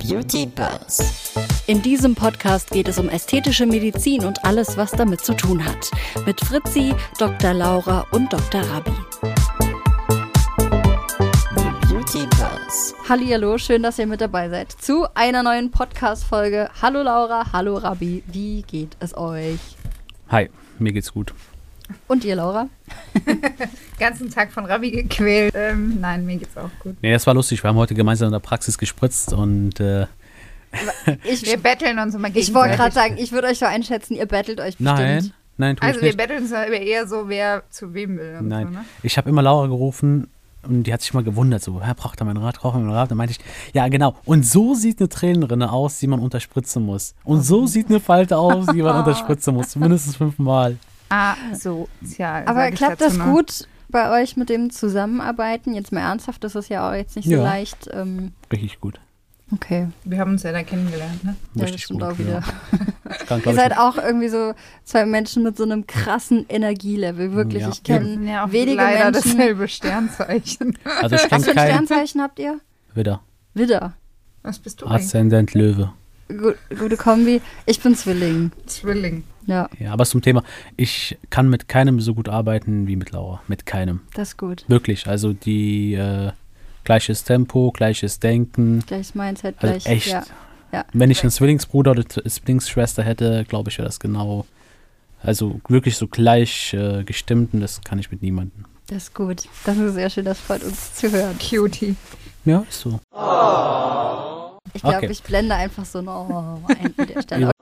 Beauty Buzz. In diesem Podcast geht es um ästhetische Medizin und alles, was damit zu tun hat. Mit Fritzi, Dr. Laura und Dr. Rabi. Beauty Buzz. Hallihallo, schön, dass ihr mit dabei seid zu einer neuen Podcast-Folge. Hallo Laura, hallo Rabi, wie geht es euch? Hi, mir geht's gut. Und ihr, Laura? Ganzen Tag von Rabi gequält. Nein, mir geht's auch gut. Nee, das war lustig. Wir haben heute gemeinsam in der Praxis gespritzt und Wir betteln uns immer gegenseitig. Ich wollte gerade sagen, ich würde euch so einschätzen, ihr bettelt euch bestimmt. Nein, tu Also ich wir nicht. betteln uns aber eher so, wer zu wem will. Und Nein, so, ne? ich habe immer Laura gerufen und die hat sich mal gewundert, so, braucht er mein Rad, braucht er mein Rad? Dann meinte ich, ja genau, und so sieht eine Tränenrinne aus, die man unterspritzen muss. Und so sieht eine Falte aus, die man unterspritzen muss, mindestens 5-mal. Sozial. Aber sag ich klappt dazu das noch. gut bei euch mit dem Zusammenarbeiten? Jetzt mal ernsthaft, das ist ja auch jetzt nicht so Ja. leicht. Richtig gut. Okay, Wir haben uns ja da kennengelernt, ne? ja, das Richtig stimmt gut. auch wieder. Ja. Kann, Ihr glaub seid ich, auch irgendwie so zwei Menschen mit so einem krassen Energielevel, wirklich. Ja. Ich Wir kenne sind ja auch wenige leider Menschen. dasselbe Sternzeichen. also ich Was kenne für ein keinen Sternzeichen habt ihr? Widder. Widder. Was bist du eigentlich? Aszendent Löwe. Gute Kombi. Ich bin Zwilling. Zwilling. Ja, Ja, aber zum Thema, ich kann mit keinem so gut arbeiten wie mit Laura. Mit keinem. das ist gut. Wirklich, also die gleiches Tempo, gleiches Denken. Gleiches Mindset, Also gleich. echt. Ja. Ja. Wenn ich einen Zwillingsbruder oder Zwillingsschwester hätte, glaube ich, wäre das genau, also wirklich so gleich gestimmt und das kann ich mit niemandem. Das ist gut. Das ist sehr schön, das freut uns zu hören. Cutie. Ja, ist so. Ich glaube, Okay. ich blende einfach so ein ein an der Stelle.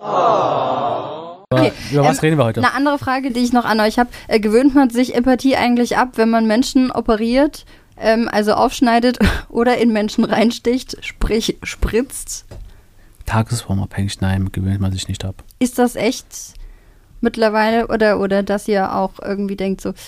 Okay. Über was reden wir heute? Eine andere Frage, die ich noch an euch habe. Gewöhnt man sich Empathie eigentlich ab, wenn man Menschen operiert, also aufschneidet oder in Menschen reinsticht, sprich spritzt? Tagesformabhängig, nein, gewöhnt man sich nicht ab. Ist das echt mittlerweile oder dass ihr auch irgendwie denkt so,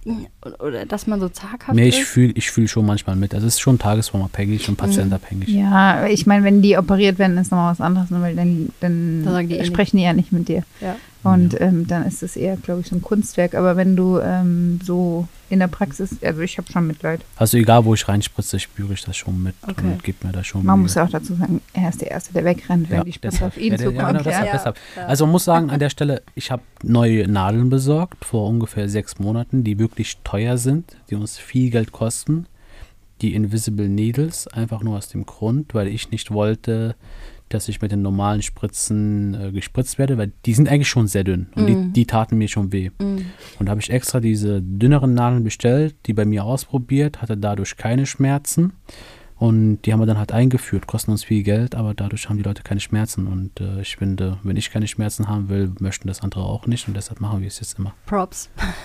oder dass man so zaghaft Nee, ist? ich fühl schon manchmal mit. Also es ist schon tagesformabhängig und patientabhängig. Ja, ich meine, wenn die operiert werden, ist nochmal was anderes, ne? Weil dann Da sagen die eh sprechen die ja nicht mit dir. Ja. Und dann ist es eher, glaube ich, so ein Kunstwerk. Aber wenn du so in der Praxis, also ich habe schon Mitleid. Also egal, wo ich reinspritze, spüre ich das schon mit Okay. und gebe mir da schon Man Mühe. muss ja auch dazu sagen, er ist der Erste, der wegrennt, wenn die Spritze auf ihn zukommt. genau, Ja, deshalb. Also man muss sagen, an der Stelle, ich habe neue Nadeln besorgt vor ungefähr 6 Monaten, die wirklich teuer sind, die uns viel Geld kosten. Die Invisible Needles, einfach nur aus dem Grund, weil ich nicht wollte, dass ich mit den normalen Spritzen gespritzt werde, weil die sind eigentlich schon sehr dünn und die taten mir schon weh. Und da habe ich extra diese dünneren Nadeln bestellt, die bei mir ausprobiert, hatte dadurch keine Schmerzen und die haben wir dann halt eingeführt, kosten uns viel Geld, aber dadurch haben die Leute keine Schmerzen und ich finde, wenn ich keine Schmerzen haben will, möchten das andere auch nicht und deshalb machen wir es jetzt immer. Props.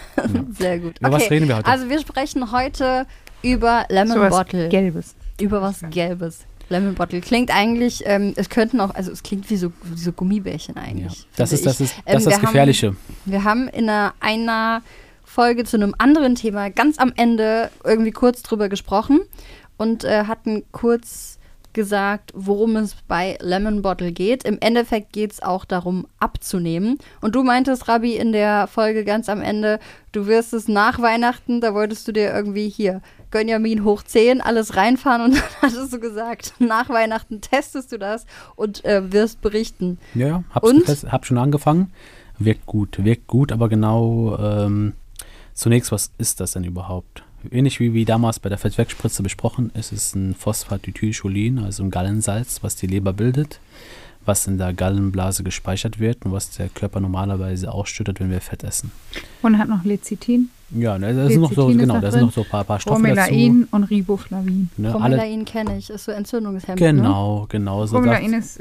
Sehr gut. Über was reden wir heute? Also wir sprechen heute über Lemon So was Bottle. Gelbes. Über was Gelbes. Lemon Bottle klingt eigentlich, es könnten auch, also es klingt wie so Gummibärchen Ja. eigentlich. Das ist finde ich. das wir Gefährliche. Wir haben in einer Folge zu einem anderen Thema ganz am Ende irgendwie kurz drüber gesprochen und hatten kurz gesagt, worum es bei Lemon Bottle geht. Im Endeffekt geht es auch darum, abzunehmen. Und du meintest, Rabi, in der Folge ganz am Ende, du wirst es nach Weihnachten, da wolltest du dir irgendwie hier Gönjamin hoch 10, alles reinfahren und dann hattest du gesagt, nach Weihnachten testest du das und wirst berichten. Ja, Und? hab schon angefangen. Wirkt gut, aber genau zunächst, was ist das denn überhaupt? Ähnlich wie damals bei der Fettwegspritze besprochen, es ist ein Phosphatidylcholin, also ein Gallensalz, was die Leber bildet, was in der Gallenblase gespeichert wird und was der Körper normalerweise ausschüttet, wenn wir Fett essen. Und hat noch Lecithin, Ja, ne, da sind noch so, Lecithin ist genau, noch da sind drin. noch so ein paar Stoffe dazu. Bromelain und Riboflavin. Ne, alle, Bromelain kenne ich, ist so Entzündungshemd. Ne? genau. So Bromelain ist,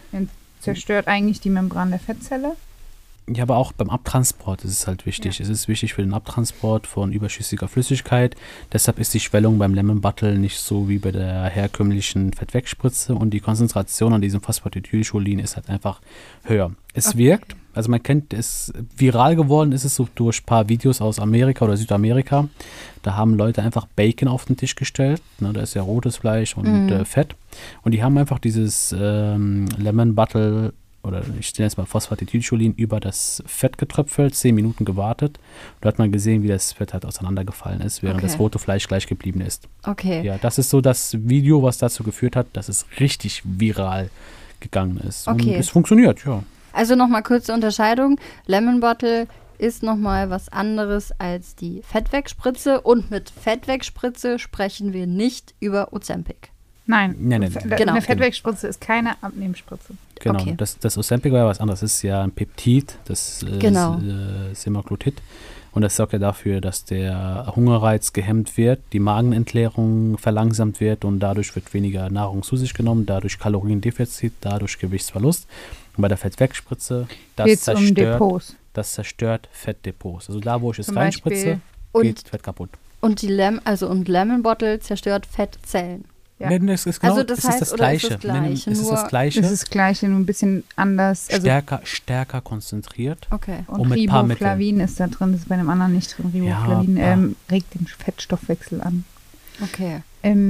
zerstört eigentlich die Membran der Fettzelle. Ja, aber auch beim Abtransport ist es halt wichtig. Ja. Es ist wichtig für den Abtransport von überschüssiger Flüssigkeit. Deshalb ist die Schwellung beim Lemon Bottle nicht so wie bei der herkömmlichen Fettwegspritze und die Konzentration an diesem Phosphatidylcholin ist halt einfach höher. Es wirkt, also man kennt es, viral geworden ist es so durch ein paar Videos aus Amerika oder Südamerika. Da haben Leute einfach Bacon auf den Tisch gestellt. Ne, da ist ja rotes Fleisch und Fett. Und die haben einfach dieses Lemon Bottle oder ich nenne es mal Phosphatidylcholin, über das Fett getröpfelt, 10 Minuten gewartet. Da hat man gesehen, wie das Fett halt auseinandergefallen ist, während das rote Fleisch gleich geblieben ist. Okay. Ja, das ist so das Video, was dazu geführt hat, dass es richtig viral gegangen ist. Okay. Und es funktioniert, ja. Also nochmal kurze Unterscheidung. Lemon Bottle ist nochmal was anderes als die Fettwegspritze. Und mit Fettwegspritze sprechen wir nicht über Ozempic. Nein, Nein. Genau. Eine Fettwegspritze ist keine Abnehmspritze. Genau, Okay. das Ozempic war ja was anderes. Das ist ja ein Peptid, das Genau. Semaglutid. Und das sorgt ja dafür, dass der Hungerreiz gehemmt wird, die Magenentleerung verlangsamt wird und dadurch wird weniger Nahrung zu sich genommen, dadurch Kaloriendefizit, dadurch Gewichtsverlust. Und bei der Fettwegspritze, Geht es um Depots. das zerstört Fettdepots. Also da, wo ich es Zum reinspritze, Beispiel- geht Fett kaputt. Und die Lemon Bottle zerstört Fettzellen. Ja. Nee, das ist genau, Also das es heißt, ist das oder ist Gleiche. das Gleiche? Es ist Nur- das Gleiche, Das ist das Gleiche, nur ein bisschen anders. Also stärker konzentriert. Okay. und und mit ein paar Riboflavin ist da drin, das ist bei dem anderen nicht drin. Riboflavin Ja, regt den Fettstoffwechsel an. Okay.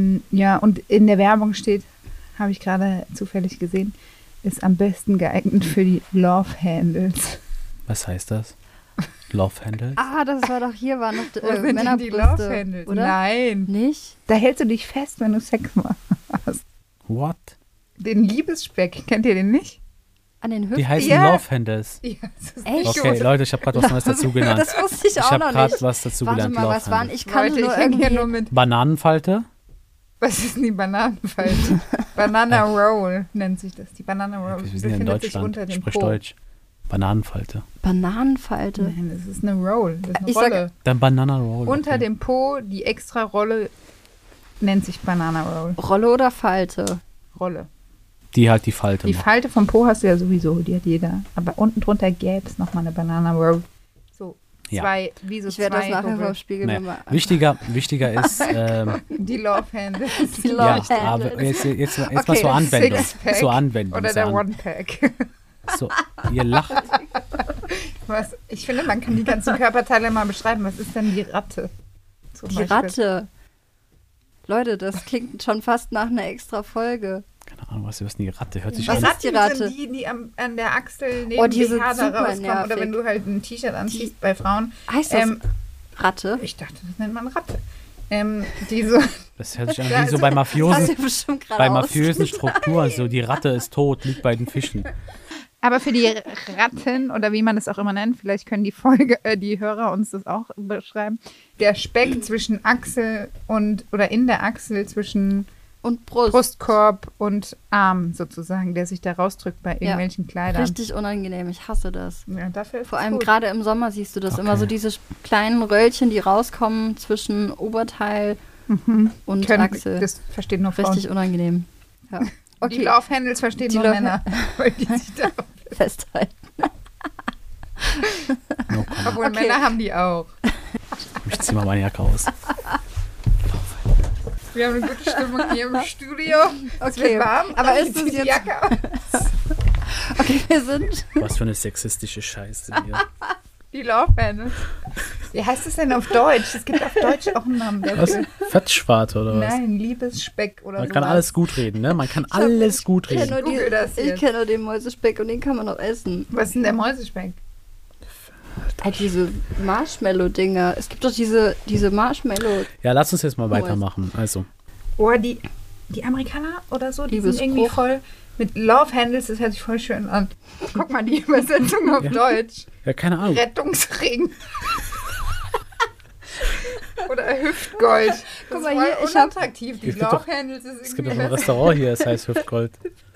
Ja, und in der Werbung steht, habe ich gerade zufällig gesehen, ist am besten geeignet für die Love Handles. Was heißt das? Love Handles? Ah, das war doch hier, war noch Wo sind denn die Männerbrüste, Love Handles? oder? Nein. Nicht? Da hältst du dich fest, wenn du Sex machst. What? Den Liebesspeck, kennt ihr den nicht? An den Die Hüften? heißen Ja. Love Handles. Ja, das ist Echt? nicht Okay, gut. Leute, ich habe gerade was Neues dazu gelernt. Das wusste ich Ich auch habe noch gerade nicht. was dazu Warte gelernt. mal, Love was waren? Handles. Ich kannte Leute, nur ich hänge hier irgendwie... nur mit. Bananenfalte? Was ist denn die Bananenfalte? Banana Roll nennt sich das. Die Banana Roll Wir sind ja in befindet sich Deutschland. unter dem Sprich Po. Deutsch. Bananenfalte. Bananenfalte. Nein, das ist eine Roll. Das ist eine Ich sag- Rolle. Dann Banana Roll. Unter okay. dem Po, die extra Rolle nennt sich Banana Roll. Rolle oder Falte? Rolle. Die halt die Falte Die macht. Falte vom Po hast du ja sowieso, die hat jeder. Aber unten drunter gäbe es nochmal eine Banana Roll. So, Ja. zwei, wie so Ich werde das zwei nachher Hubbel. vom Spiegel Naja, mir mal wichtiger ist, Die Love Handles. Die ja, Love aber Handles. jetzt mal Okay, zur Anwendung. Sixpack Zur Anwendung. Oder der sagen. One-Pack. So, ihr lacht. Was? Ich finde, man kann die ganzen Körperteile mal beschreiben. Was ist denn die Ratte? Zum Die Beispiel. Ratte. Leute, das klingt schon fast nach einer extra Folge. Keine Ahnung, was ist denn die Ratte? Hört sich Was an. ist die Ratte? Sind die an der Achsel neben Oh, die sind BH da super rauskommen. Oder nervig. wenn du halt ein T-Shirt anziehst bei Frauen. Heißt das Ähm, Ratte? Ich dachte, das nennt man Ratte. Die so, Das hört sich an Ja, wie so also- bei Das Mafiosen. hast du bestimmt gerade Bei aus. mafiösen Strukturen. So, die Ratte ist tot, liegt bei den Fischen. aber für die Ratten oder wie man das auch immer nennt, vielleicht können die Hörer uns das auch beschreiben. Der Speck zwischen Achsel oder in der Achsel zwischen Und Brust. Brustkorb und Arm sozusagen, der sich da rausdrückt bei irgendwelchen Kleidern. Richtig unangenehm. Ich hasse das. Ja, dafür ist Vor es allem gut. gerade im Sommer siehst du das Okay. immer so diese kleinen Röllchen, die rauskommen zwischen Oberteil und Achsel. Das verstehen nur Frauen. Richtig unangenehm. Ja. Die Okay, Love Handles verstehen Die nur Love- Männer, weil die sich da, festhalten. No comment. obwohl Okay. Männer haben die auch. Ich zieh mal meine Jacke aus. Wir haben eine gute Stimmung hier im Studio. Es Okay, wird warm, aber ich ist zieh es die jetzt- Jacke aus. Okay, wir sind. Was für eine sexistische Scheiße hier. Die Love Handles. Wie heißt das denn auf Deutsch? Es gibt auf Deutsch auch einen Namen Was? dafür. Fettschwarte oder was? Nein, Liebesspeck oder so. Man kann alles gut reden, ne? Man kann alles gut Ich reden. kenne nur, Google das ich jetzt. kenn nur den Mäusespeck und den kann man auch essen. Was ist denn der Mäusespeck? Halt diese Marshmallow-Dinger. Es gibt doch diese Marshmallow. Ja, lass uns jetzt mal weitermachen. Also, Oh, die Amerikaner oder so, die sind Liebesbruch. irgendwie voll mit Love Handles, das hört sich voll schön an. Guck mal, die Übersetzung auf Ja. Deutsch. ja, keine Ahnung. Rettungsring. Oder Hüftgold. Das Guck mal ist hier, voll ich hab- unattraktiv. Die Es gibt Love doch- Handles ist Es gibt irgendwie auch ein besser. Restaurant hier, das heißt Hüftgold.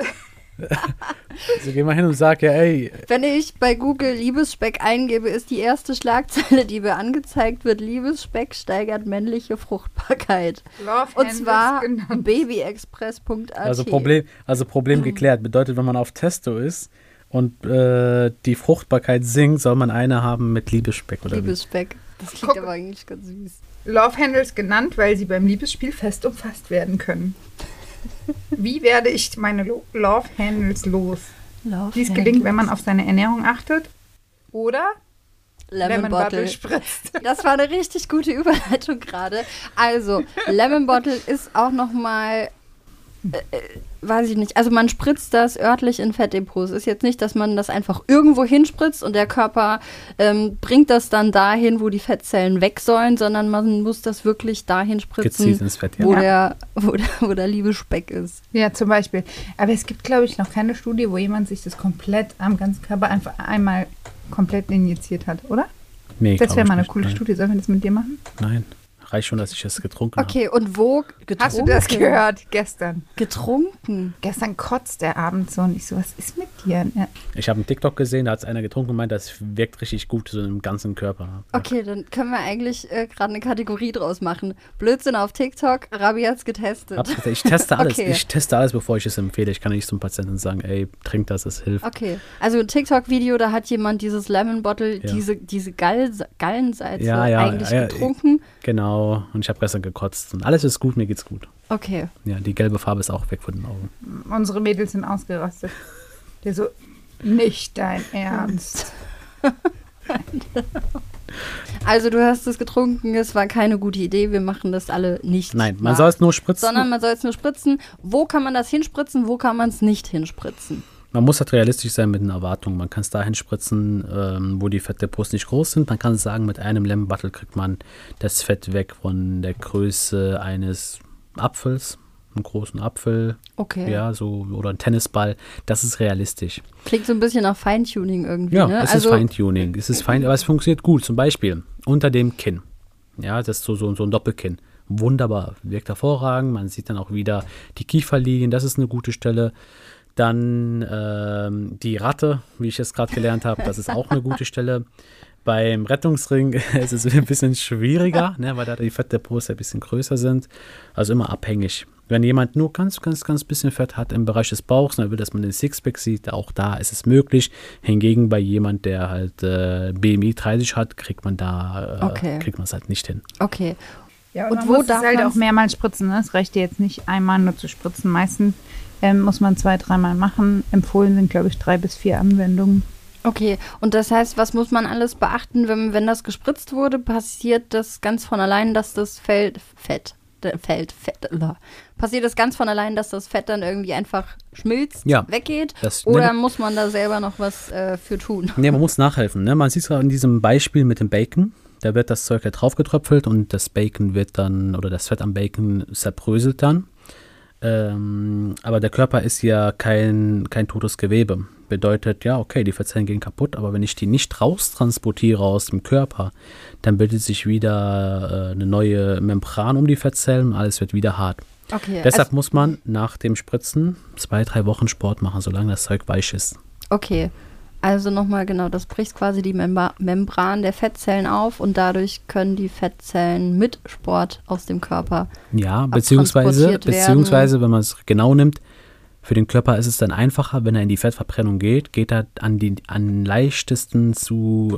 Also geh mal hin und sag ja, ey, Wenn ich bei Google Liebesspeck eingebe, ist die erste Schlagzeile, die mir angezeigt wird, Liebesspeck steigert männliche Fruchtbarkeit. Love Und Handles zwar genannt. babyexpress.at. also Problem geklärt. Bedeutet, wenn man auf Testo ist und die Fruchtbarkeit sinkt, soll man eine haben mit Liebesspeck oder wie? Liebesspeck. Das klingt Guck. aber eigentlich ganz süß. Love Handles genannt, weil sie beim Liebesspiel fest umfasst werden können. Wie werde ich meine Love Handles los? Dies gelingt, wenn man auf seine Ernährung achtet oder Lemon Bottle. spritzt. Das war eine richtig gute Überleitung gerade. Also, Lemon Bottle ist auch nochmal weiß ich nicht. Also man spritzt das örtlich in Fettdepots. Es ist jetzt nicht, dass man das einfach irgendwo hinspritzt und der Körper bringt das dann dahin, wo die Fettzellen weg sollen, sondern man muss das wirklich dahin spritzen, gezielt ins Fett, ja. wo der liebe Speck ist. Ja, zum Beispiel. Aber es gibt, glaube ich, noch keine Studie, wo jemand sich das komplett am ganzen Körper einfach einmal komplett injiziert hat, oder? Nee, das wäre mal eine nicht. coole Nein. Studie. Sollen wir das mit dir machen? Nein, reicht schon, dass ich es getrunken habe. Okay, und wo getrunken? Hast du das gehört? Gestern. Getrunken? Gestern kotzt der Abend so und ich so, was ist mit dir? Ja. Ich habe einen TikTok gesehen, da hat es einer getrunken und meint, das wirkt richtig gut so im ganzen Körper. Okay, dann können wir eigentlich gerade eine Kategorie draus machen. Blödsinn auf TikTok, Rabi hat's getestet. Ich teste alles. Okay. Ich teste alles, bevor ich es empfehle. Ich kann nicht zum Patienten sagen, ey, trink das, es hilft. Okay, also ein TikTok-Video, da hat jemand dieses Lemon Bottle, Ja. diese Gallensalze Ja, eigentlich getrunken. Genau, und ich habe gestern gekotzt. Und alles ist gut, mir geht's gut. Okay. Ja, die gelbe Farbe ist auch weg von den Augen. Unsere Mädels sind ausgerastet. Der so, nicht dein Ernst. Also du hast es getrunken, es war keine gute Idee, wir machen das alle nicht. Nein, man soll es nur spritzen. Sondern man soll es nur spritzen. Wo kann man das hinspritzen, wo kann man es nicht hinspritzen? Man muss halt realistisch sein mit den Erwartungen. Man kann es dahin spritzen, wo die Fettdepots nicht groß sind. Man kann sagen, mit einem Lemon Bottle kriegt man das Fett weg von der Größe eines Apfels, einen großen Apfel, Okay. ja, so, oder ein Tennisball. Das ist realistisch. Klingt so ein bisschen nach Feintuning irgendwie, Ja, ne? es ist Feintuning. Es ist fein, aber es funktioniert gut. Zum Beispiel unter dem Kinn. Ja, das ist so ein Doppelkinn. Wunderbar, wirkt hervorragend. Man sieht dann auch wieder die Kieferlinien. Das ist eine gute Stelle. Dann die Ratte, wie ich es gerade gelernt habe, das ist auch eine gute Stelle. Beim Rettungsring ist es ein bisschen schwieriger, ne, weil da die Fettdepots ein bisschen größer sind. Also immer abhängig. Wenn jemand nur ganz bisschen Fett hat im Bereich des Bauchs, dann will, dass man den Sixpack sieht, auch da ist es möglich. Hingegen bei jemand, der halt BMI 30 hat, kriegt man es halt nicht hin. Okay. Ja, Und man wo muss darf es halt man's- auch mehrmals spritzen. Ne? Es reicht dir jetzt nicht einmal nur zu spritzen. Meistens muss man 2-3 Mal machen. Empfohlen sind, glaube ich, 3 bis 4 Anwendungen. Okay, und das heißt, was muss man alles beachten, wenn das gespritzt wurde? Passiert das ganz von allein, dass das passiert das ganz von allein, dass das Fett dann irgendwie einfach schmilzt, Ja. weggeht? Das- Oder muss man da selber noch was für tun? Ne, man muss nachhelfen. Ne? Man sieht es gerade in diesem Beispiel mit dem Bacon. Da wird das Zeug ja draufgetröpfelt und das Bacon wird dann, oder das Fett am Bacon zerbröselt dann. Aber der Körper ist ja kein totes Gewebe. Bedeutet, ja, okay, die Fettzellen gehen kaputt, aber wenn ich die nicht raustransportiere aus dem Körper, dann bildet sich wieder eine neue Membran um die Fettzellen und alles wird wieder hart. Okay, Deshalb muss man nach dem Spritzen 2-3 Wochen Sport machen, solange das Zeug weich ist. Okay, also nochmal genau, das bricht quasi die Membran der Fettzellen auf und dadurch können die Fettzellen mit Sport aus dem Körper Ja, abtransportiert beziehungsweise, wenn man es genau nimmt, für den Körper ist es dann einfacher, wenn er in die Fettverbrennung geht er an leichtesten zu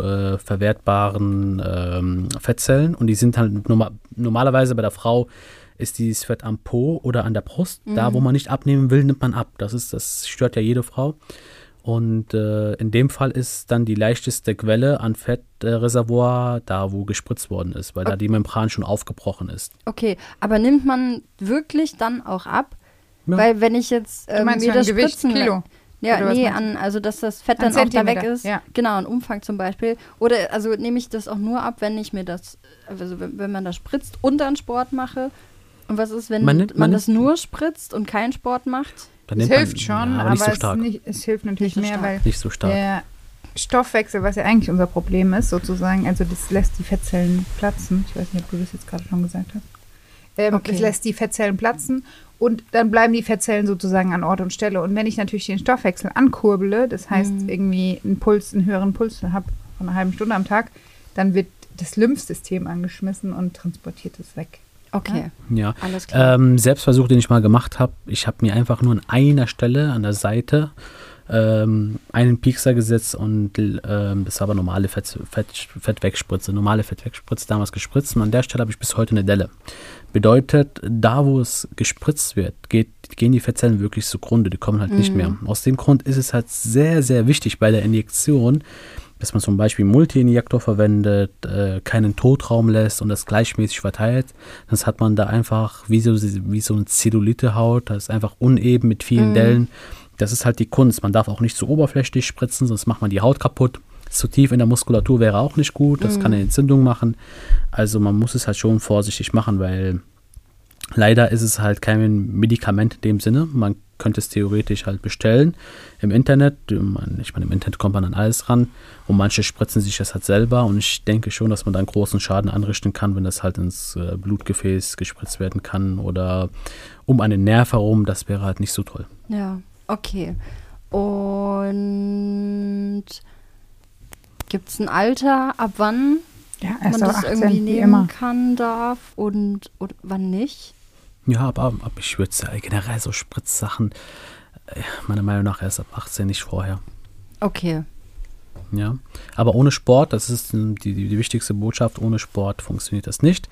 verwertbaren Fettzellen und die sind halt normalerweise bei der Frau ist dieses Fett am Po oder an der Brust. Da, wo man nicht abnehmen will, nimmt man ab. Das stört ja jede Frau. Und in dem Fall ist dann die leichteste Quelle an Fettreservoir da, wo gespritzt worden ist, weil da die Membran schon aufgebrochen ist. Okay, aber nimmt man wirklich dann auch ab? Ja. Weil wenn ich jetzt Du meinst mir an das Gewicht, spritzen... Kilo? Ja, Oder was nee, meinst also dass das Fett An dann auch da weg Zentimeter, ist. ja. Genau, an Umfang zum Beispiel. Oder also nehme ich das auch nur ab, wenn ich mir das, also wenn man das spritzt und dann Sport mache. Und was ist, wenn man das nur spritzt und keinen Sport macht? Dann Es nimmt hilft schon, ja, aber nicht so stark. es hilft natürlich Nicht so mehr, stark. weil Nicht so stark. der Stoffwechsel, was ja eigentlich unser Problem ist, sozusagen, also das lässt die Fettzellen platzen. Ich weiß nicht, ob du das jetzt gerade schon gesagt hast. Okay. Es lässt die Fettzellen platzen und dann bleiben die Fettzellen sozusagen an Ort und Stelle. Und wenn ich natürlich den Stoffwechsel ankurbele, das heißt irgendwie einen höheren Puls habe von einer halben Stunde am Tag, dann wird das Lymphsystem angeschmissen und transportiert es weg. Okay, Ja. alles klar. Selbstversuch, den ich mal gemacht habe, ich habe mir einfach nur an einer Stelle an der Seite einen Piekser gesetzt und das war aber normale Fettwegspritze, damals gespritzt und an der Stelle habe ich bis heute eine Delle. Bedeutet, da wo es gespritzt wird, gehen die Fettzellen wirklich zugrunde, die kommen halt nicht mehr. Aus dem Grund ist es halt sehr, sehr wichtig bei der Injektion, dass man zum Beispiel einen Multi-Injektor verwendet, keinen Totraum lässt und das gleichmäßig verteilt. Sonst hat man da einfach wie so eine Zellulite-Haut, das ist einfach uneben mit vielen Dellen. Das ist halt die Kunst. Man darf auch nicht zu oberflächlich spritzen, sonst macht man die Haut kaputt. Zu tief in der Muskulatur wäre auch nicht gut, das kann eine Entzündung machen. Also man muss es halt schon vorsichtig machen, weil leider ist es halt kein Medikament in dem Sinne. Man könnte es theoretisch halt bestellen im Internet. Ich meine, im Internet kommt man an alles ran und manche spritzen sich das halt selber und ich denke schon, dass man da einen großen Schaden anrichten kann, wenn das halt ins Blutgefäß gespritzt werden kann oder um einen Nerv herum, das wäre halt nicht so toll. Ja, okay. Und gibt es ein Alter, ab wann man das 18, irgendwie nehmen kann, darf und wann nicht? Ja, aber ich würde sagen, generell so Spritzsachen, meiner Meinung nach erst ab 18, nicht vorher. Okay. Ja, aber ohne Sport, das ist die wichtigste Botschaft, ohne Sport funktioniert das nicht.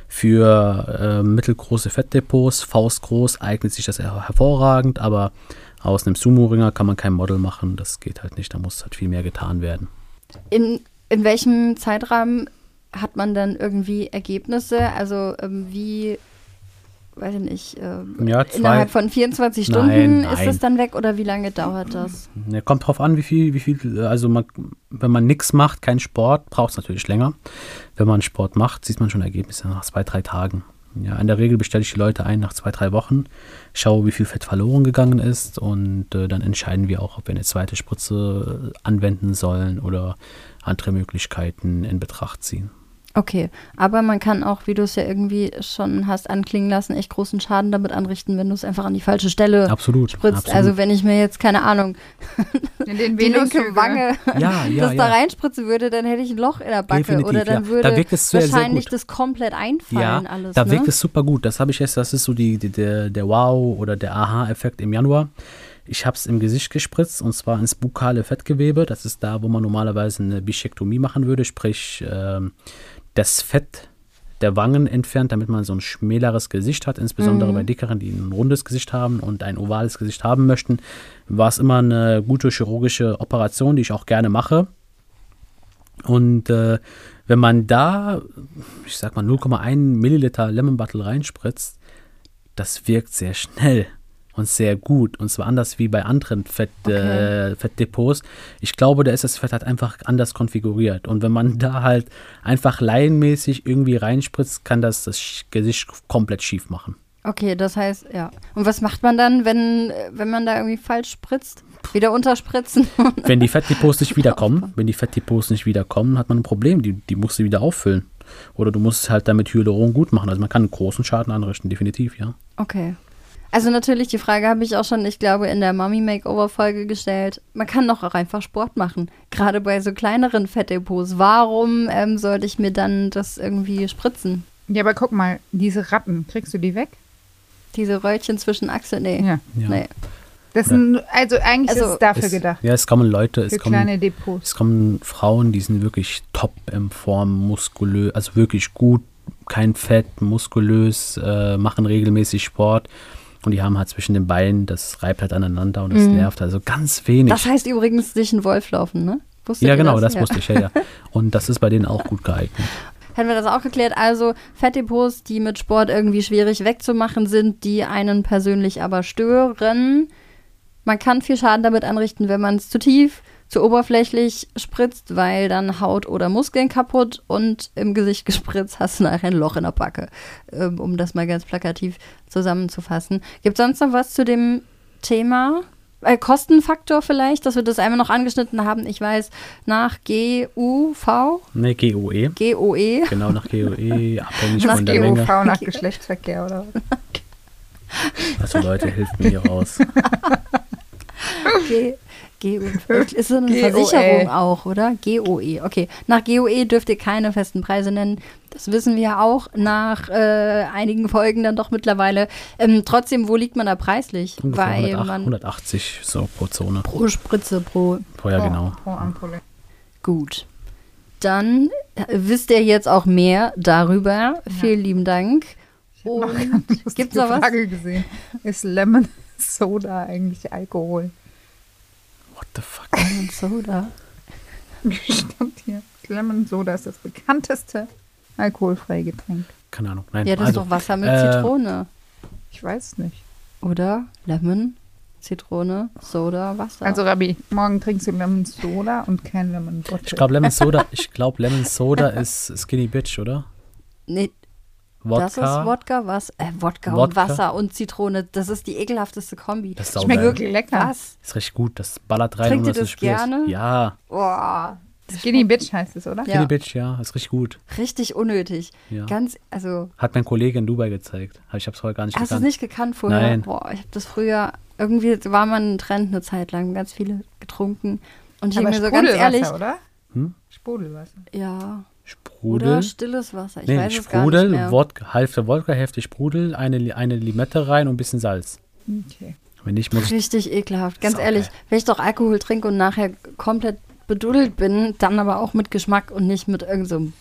Für mittelgroße Fettdepots, faustgroß, eignet sich das hervorragend, aber aus einem Sumo-Ringer kann man kein Model machen, das geht halt nicht, da muss halt viel mehr getan werden. In welchem Zeitrahmen hat man dann irgendwie Ergebnisse? Also wie, weiß ich nicht, innerhalb von 24 Stunden ist es dann weg oder wie lange dauert das? Ja, kommt drauf an, wie viel, also wenn man nichts macht, keinen Sport, braucht es natürlich länger. Wenn man Sport macht, sieht man schon Ergebnisse nach 2-3 Tagen. Ja, in der Regel bestelle ich die Leute ein nach 2-3 Wochen, schaue, wie viel Fett verloren gegangen ist und dann entscheiden wir auch, ob wir eine zweite Spritze anwenden sollen oder andere Möglichkeiten in Betracht ziehen. Okay, aber man kann auch, wie du es ja irgendwie schon hast anklingen lassen, echt großen Schaden damit anrichten, wenn du es einfach an die falsche Stelle spritzt. Absolut. Also wenn ich mir jetzt, keine Ahnung, in den die linke Wange da reinspritzen würde, dann hätte ich ein Loch in der Backe. Definitiv, oder dann würde da wahrscheinlich das komplett einfallen alles. Da wirkt es super gut. Das habe ich jetzt, das ist so der Wow- oder der Aha-Effekt im Januar. Ich habe es im Gesicht gespritzt und zwar ins bukale Fettgewebe. Das ist da, wo man normalerweise eine Bichektomie machen würde, sprich das Fett der Wangen entfernt, damit man so ein schmäleres Gesicht hat, insbesondere bei Dickeren, die ein rundes Gesicht haben und ein ovales Gesicht haben möchten. War es immer eine gute chirurgische Operation, die ich auch gerne mache. Und wenn man da, ich sag mal 0,1 Milliliter Lemon Bottle reinspritzt, das wirkt sehr schnell und sehr gut. Und zwar anders wie bei anderen Fettdepots. Ich glaube, da ist das Fett halt einfach anders konfiguriert. Und wenn man da halt einfach laienmäßig irgendwie reinspritzt, kann das Gesicht komplett schief machen. Okay, das heißt, ja. Und was macht man dann, wenn man da irgendwie falsch spritzt? Wieder unterspritzen? Wenn die Fettdepots nicht wiederkommen, hat man ein Problem. Die musst du wieder auffüllen. Oder du musst es halt damit Hyaluron gut machen. Also man kann einen großen Schaden anrichten, definitiv, ja. Okay. Also natürlich, die Frage habe ich auch schon, ich glaube, in der Mommy-Makeover-Folge gestellt. Man kann doch auch einfach Sport machen. Gerade bei so kleineren Fettdepots. Warum sollte ich mir dann das irgendwie spritzen? Ja, aber guck mal, diese Ratten, kriegst du die weg? Diese Röllchen zwischen Achseln? Nee. Ja. Nee. Das sind, eigentlich ist es dafür gedacht. Ja, es kommen Leute, kleine Depots. Es kommen Frauen, die sind wirklich top in Form, muskulös, also wirklich gut, kein Fett, muskulös, machen regelmäßig Sport. Und die haben halt zwischen den Beinen, das reibt halt aneinander und das nervt also ganz wenig. Das heißt übrigens sich einen Wolf laufen, ne? Wusstet ihr genau, das wusste ich, ja. Und das ist bei denen auch gut geeignet. Hätten wir das auch geklärt. Also Fettdepots, die mit Sport irgendwie schwierig wegzumachen sind, die einen persönlich aber stören. Man kann viel Schaden damit anrichten, wenn man es zu tief, zu oberflächlich spritzt, weil dann Haut oder Muskeln kaputt und im Gesicht gespritzt hast du nachher ein Loch in der Backe, um das mal ganz plakativ zusammenzufassen. Gibt es sonst noch was zu dem Thema? Kostenfaktor vielleicht, dass wir das einmal noch angeschnitten haben. Ich weiß, nach GUV? Ne, GOE. GOE. Genau, nach GOE, abhängig nach von der Menge. Nach GUV, nach Geschlechtsverkehr oder was? Also Leute, hilft mir hier raus. Ist so eine Versicherung auch, oder? GOE, okay. Nach GOE dürft ihr keine festen Preise nennen. Das wissen wir ja auch nach einigen Folgen dann doch mittlerweile. Trotzdem, wo liegt man da preislich? Weil 180 so pro Zone. Pro Spritze, pro genau. Pro Ampulle. Gut. Dann wisst ihr jetzt auch mehr darüber. Ja. Vielen lieben Dank. Und gibt es noch was? Frage gesehen. Ist Lemon Soda eigentlich Alkohol? What the fuck? Lemon Soda? Stand hier. Lemon Soda ist das bekannteste alkoholfreie Getränk. Keine Ahnung. Nein. Ja, das ist doch Wasser mit Zitrone. Ich weiß es nicht. Oder? Lemon, Zitrone, Soda, Wasser. Also Rabi, morgen trinkst du Lemon Soda und kein Lemon Bottle. Ich glaube Lemon Soda ist Skinny Bitch, oder? Nee, Wodka. das ist Wodka, Wodka und Wasser und Zitrone. Das ist die ekelhafteste Kombi. Das ist Schmeckt saugeil. wirklich lecker. Was? Ist richtig gut. Das ballert rein. Trinkt ohne ihr dass das du spürst. gerne? Ja. Boah, Skinny Bitch heißt es, oder? Ja. Skinny Bitch, ja. Ist richtig gut. richtig unnötig. Ja. Also, Hat mein Kollege in Dubai gezeigt. Ich habe es vorher gar nicht hast du es gekannt. nicht gekannt vorher? Nein. Boah, ich habe das früher, irgendwie war man ein Trend eine Zeit lang, ganz viele getrunken. Und ich Aber denke mir so ganz Sprudelwasser, ehrlich, oder? Hm? Sprudelwasser. ja, Sprudel. oder stilles Wasser. Ich weiß es gar Sprudel, nicht mehr. Hälfte Wodka, Hälfte Sprudel, eine Limette rein und ein bisschen Salz. Okay. Wenn nicht, muss ich. Richtig ekelhaft. Ganz Saugeil. ehrlich, wenn ich doch Alkohol trinke und nachher komplett bedudelt bin, dann aber auch mit Geschmack und nicht mit irgendeinem.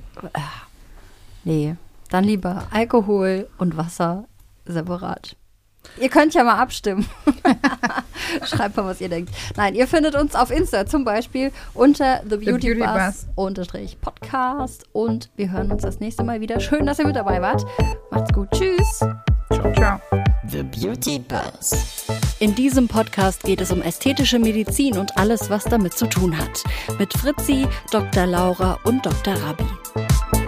Nee, dann lieber Alkohol und Wasser separat. Ihr könnt ja mal abstimmen. Schreibt mal, was ihr denkt. Nein, ihr findet uns auf Insta zum Beispiel unter TheBeautyBuzz_Podcast und wir hören uns das nächste Mal wieder. Schön, dass ihr mit dabei wart. Macht's gut. Tschüss. Ciao, ciao. The Beauty Buzz. In diesem Podcast geht es um ästhetische Medizin und alles, was damit zu tun hat. Mit Fritzi, Dr. Laura und Dr. Rabi.